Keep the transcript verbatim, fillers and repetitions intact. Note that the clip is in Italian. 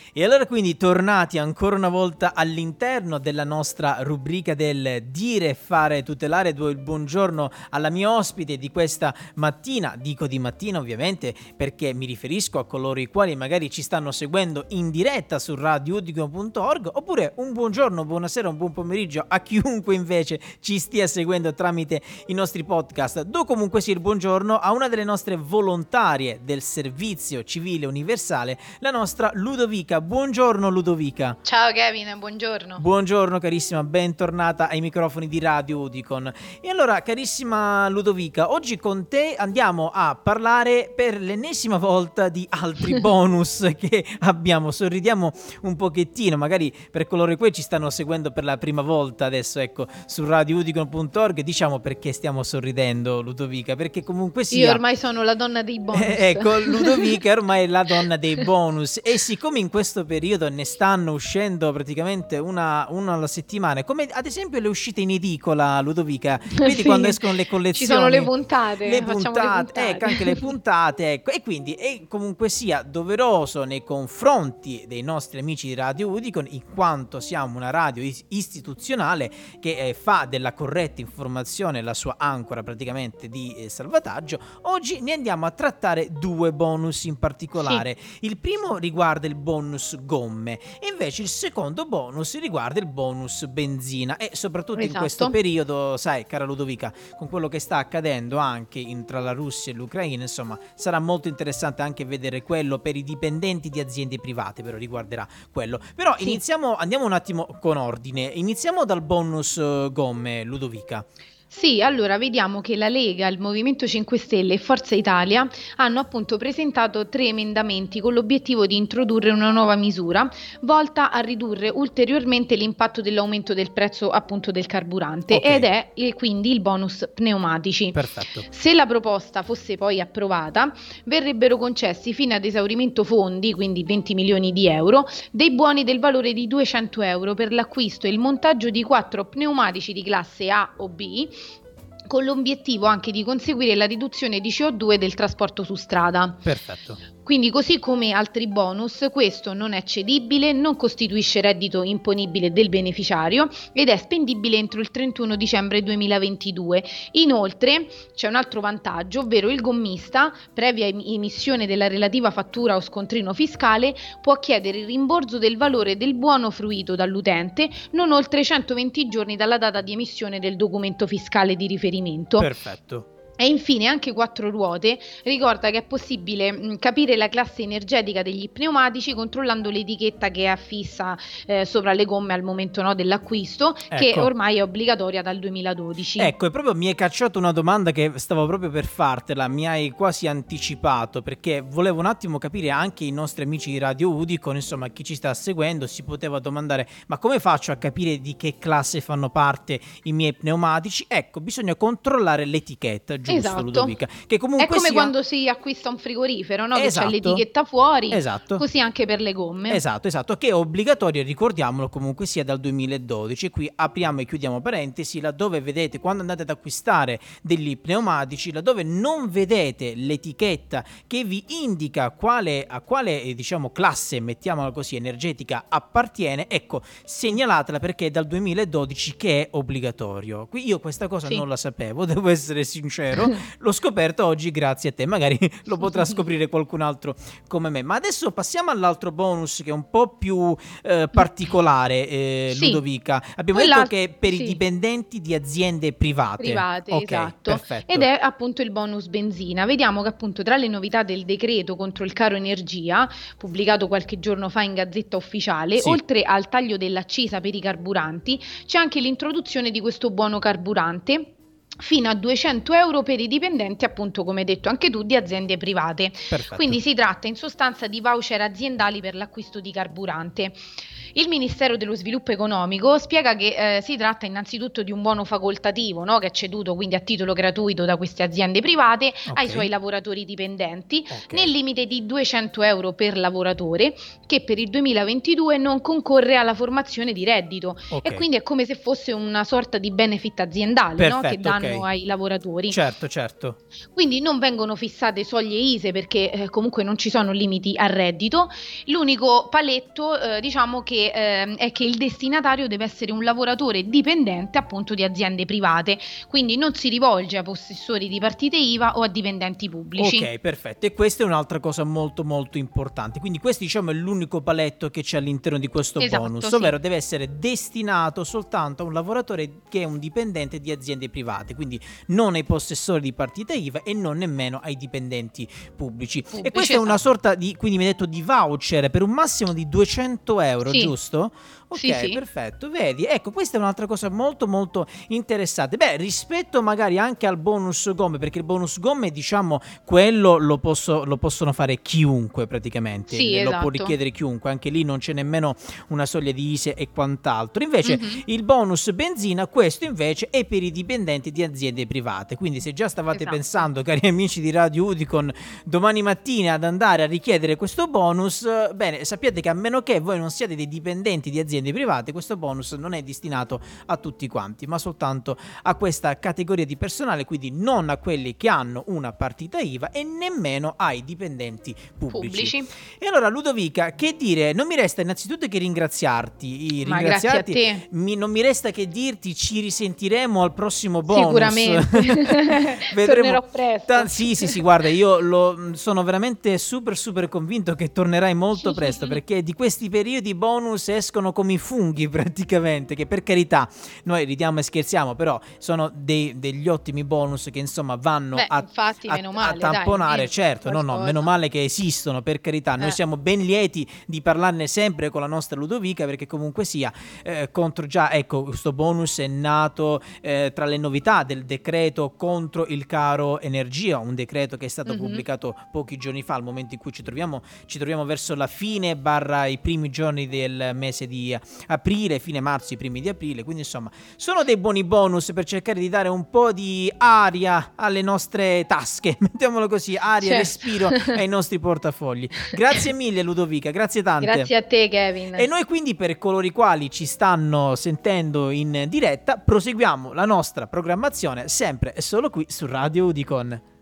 E allora quindi tornati ancora una volta all'interno della nostra rubrica del dire e fare tutelare, do il buongiorno alla mia ospite di questa mattina, dico di mattina ovviamente perché mi riferisco a coloro i quali magari ci stanno seguendo in diretta su radio udicon punto org, oppure un buongiorno, buonasera, un buon pomeriggio a chiunque invece ci stia seguendo tramite i nostri podcast. Do comunque sia il buongiorno a una delle nostre volontarie del servizio civile universale, la nostra Ludovica. Buongiorno Ludovica. Ciao Kevin, buongiorno. Buongiorno carissima, bentornata ai microfoni di Radio Udicon. E allora carissima Ludovica, oggi con te andiamo a parlare per l'ennesima volta di altri bonus che abbiamo. Sorridiamo un pochettino, magari per coloro i quali ci stanno seguendo per la prima volta adesso, ecco, su radio udicon punto org, diciamo perché stiamo sorridendo Ludovica, perché comunque sia... Io ormai sono la donna dei bonus. Eh, ecco, Ludovica ormai è la donna dei bonus e siccome in questo periodo ne stanno uscendo praticamente una, una alla settimana, come ad esempio le uscite in edicola, Ludovica, vedi sì, quando escono le collezioni, ci sono le puntate, le puntate, le puntate. Ecco, anche le puntate, ecco, e quindi è comunque sia doveroso nei confronti dei nostri amici di Radio Udicon, in quanto siamo una radio istituzionale che eh, fa della corretta informazione la sua ancora praticamente di eh, salvataggio. Oggi ne andiamo a trattare due bonus in particolare. Sì. Il primo riguarda il bonus gomme e invece il secondo bonus riguarda il bonus benzina, e soprattutto esatto. in questo periodo, sai cara Ludovica, con quello che sta accadendo anche in, tra la Russia e l'Ucraina, insomma sarà molto interessante anche vedere quello per i dipendenti di aziende private, però riguarderà quello. Però sì. iniziamo, andiamo un attimo con ordine, iniziamo dal bonus uh, gomme, Ludovica. Sì, allora vediamo che la Lega, il Movimento cinque Stelle e Forza Italia hanno appunto presentato tre emendamenti con l'obiettivo di introdurre una nuova misura volta a ridurre ulteriormente l'impatto dell'aumento del prezzo appunto del carburante, okay. ed è eh, quindi il bonus pneumatici. Perfetto. Se la proposta fosse poi approvata, verrebbero concessi fino ad esaurimento fondi, quindi venti milioni di euro, dei buoni del valore di duecento euro per l'acquisto e il montaggio di quattro pneumatici di classe A o B, con l'obiettivo anche di conseguire la riduzione di C O due del trasporto su strada. Perfetto. Quindi, così come altri bonus, questo non è cedibile, non costituisce reddito imponibile del beneficiario ed è spendibile entro il trentuno dicembre duemilaventidue. Inoltre c'è un altro vantaggio, ovvero il gommista, previa emissione della relativa fattura o scontrino fiscale, può chiedere il rimborso del valore del buono fruito dall'utente non oltre centoventi giorni dalla data di emissione del documento fiscale di riferimento. Perfetto. E infine anche quattro ruote ricorda che è possibile mh, capire la classe energetica degli pneumatici controllando l'etichetta che è affissa eh, sopra le gomme al momento no, dell'acquisto, ecco. che ormai è obbligatoria dal duemiladodici. Ecco, e proprio mi hai cacciato una domanda che stavo proprio per fartela, mi hai quasi anticipato, perché volevo un attimo capire anche i nostri amici di Radio Udicon, insomma chi ci sta seguendo si poteva domandare ma come faccio a capire di che classe fanno parte i miei pneumatici? Ecco, bisogna controllare l'etichetta. Giusto, esatto. Ludovica, che comunque è come sia... quando si acquista un frigorifero, no? Esatto. Che c'è l'etichetta fuori, esatto. così anche per le gomme. Esatto, esatto, che è obbligatorio, ricordiamolo, comunque sia dal duemiladodici. Qui apriamo e chiudiamo parentesi, laddove vedete, quando andate ad acquistare degli pneumatici, laddove non vedete l'etichetta che vi indica quale, a quale eh, diciamo classe, mettiamola così, energetica appartiene, ecco, segnalatela perché è dal duemiladodici che è obbligatorio. Qui io questa cosa sì. non la sapevo, devo essere sincero. L'ho scoperto oggi grazie a te, magari lo potrà scoprire qualcun altro come me. Ma adesso passiamo all'altro bonus che è un po' più eh, particolare, eh, sì. Ludovica. Abbiamo Quella... detto che è per sì. i dipendenti di aziende private. Private, okay, esatto. Perfetto. Ed è appunto il bonus benzina. Vediamo che appunto tra le novità del decreto contro il caro energia, pubblicato qualche giorno fa in Gazzetta Ufficiale, sì. oltre al taglio dell'accisa per i carburanti, c'è anche l'introduzione di questo buono carburante fino a duecento euro per i dipendenti, appunto come hai detto anche tu, di aziende private. Perfetto. Quindi si tratta in sostanza di voucher aziendali per l'acquisto di carburante. Il Ministero dello Sviluppo Economico spiega che eh, si tratta innanzitutto di un buono facoltativo, no, che è ceduto quindi a titolo gratuito da queste aziende private ai suoi Ok, lavoratori dipendenti, ok, nel limite di duecento euro per lavoratore, che per il duemilaventidue non concorre alla formazione di reddito ok. e quindi è come se fosse una sorta di benefit aziendale, no, che Perfetto, danno ok. ai lavoratori. Certo, certo. Quindi non vengono fissate soglie I S E perché eh, comunque non ci sono limiti al reddito. L'unico paletto, eh, diciamo che ehm, è che il destinatario deve essere un lavoratore dipendente appunto di aziende private, quindi non si rivolge a possessori di partite I V A o a dipendenti pubblici. Ok, perfetto. E questa è un'altra cosa molto molto importante. Quindi questo diciamo è l'unico paletto che c'è all'interno di questo Esatto, bonus, sì. ovvero deve essere destinato soltanto a un lavoratore che è un dipendente di aziende private, quindi non ai possessori di partita I V A e non nemmeno ai dipendenti pubblici. E Pubblici, questa è una esatto. sorta di, quindi mi hai detto, di voucher per un massimo di duecento euro, Sì, giusto? sì, Ok, sì. perfetto. Vedi, ecco, questa è un'altra cosa molto molto interessante. Beh, rispetto magari anche al bonus gomme, perché il bonus gomme, diciamo, quello lo, posso, lo possono fare chiunque praticamente, Sì, le- lo può esatto. richiedere chiunque, anche lì non c'è nemmeno una soglia di I S E e quant'altro. Invece Mhm, il bonus benzina, questo invece è per i dipendenti di aziende private, quindi se già stavate esatto. pensando, cari amici di Radio Udicon, domani mattina ad andare a richiedere questo bonus, eh, bene, sappiate che a meno che voi non siate dei dipendenti di aziende private, questo bonus non è destinato a tutti quanti, ma soltanto a questa categoria di personale, quindi non a quelli che hanno una partita I V A e nemmeno ai dipendenti pubblici. Pubblici. E allora Ludovica, che dire? Non mi resta innanzitutto che ringraziarti, i- Ma grazie a ringraziarti, te. mi- non mi resta che dirti ci risentiremo al prossimo bonus. Sicuramente. Vedremo. Tornerò presto. Ta- sì, sì, sì, guarda, io lo, sono veramente super super convinto che tornerai molto presto perché di questi periodi bonus escono come i funghi praticamente, che per carità noi ridiamo e scherziamo, però sono dei- degli ottimi bonus che insomma vanno Beh, a, infatti, a- meno a male, dai, tamponare, almeno certo, no, no, meno qualcosa. male che esistono, per carità, noi Eh, siamo ben lieti di parlarne sempre con la nostra Ludovica perché comunque sia, eh, contro già, ecco, questo bonus è nato eh, tra le novità del decreto contro il caro energia, un decreto che è stato mhm. pubblicato pochi giorni fa, al momento in cui ci troviamo, ci troviamo verso la fine barra i primi giorni del mese di aprile, fine marzo, i primi di aprile, quindi insomma sono dei buoni bonus per cercare di dare un po' di aria alle nostre tasche, mettiamolo così, aria e Certo. respiro ai nostri portafogli. Grazie mille Ludovica, grazie tante. Grazie a te, E Kevin. noi quindi, per coloro i quali ci stanno sentendo in diretta, proseguiamo la nostra programmazione sempre e solo qui su Radio Udicon.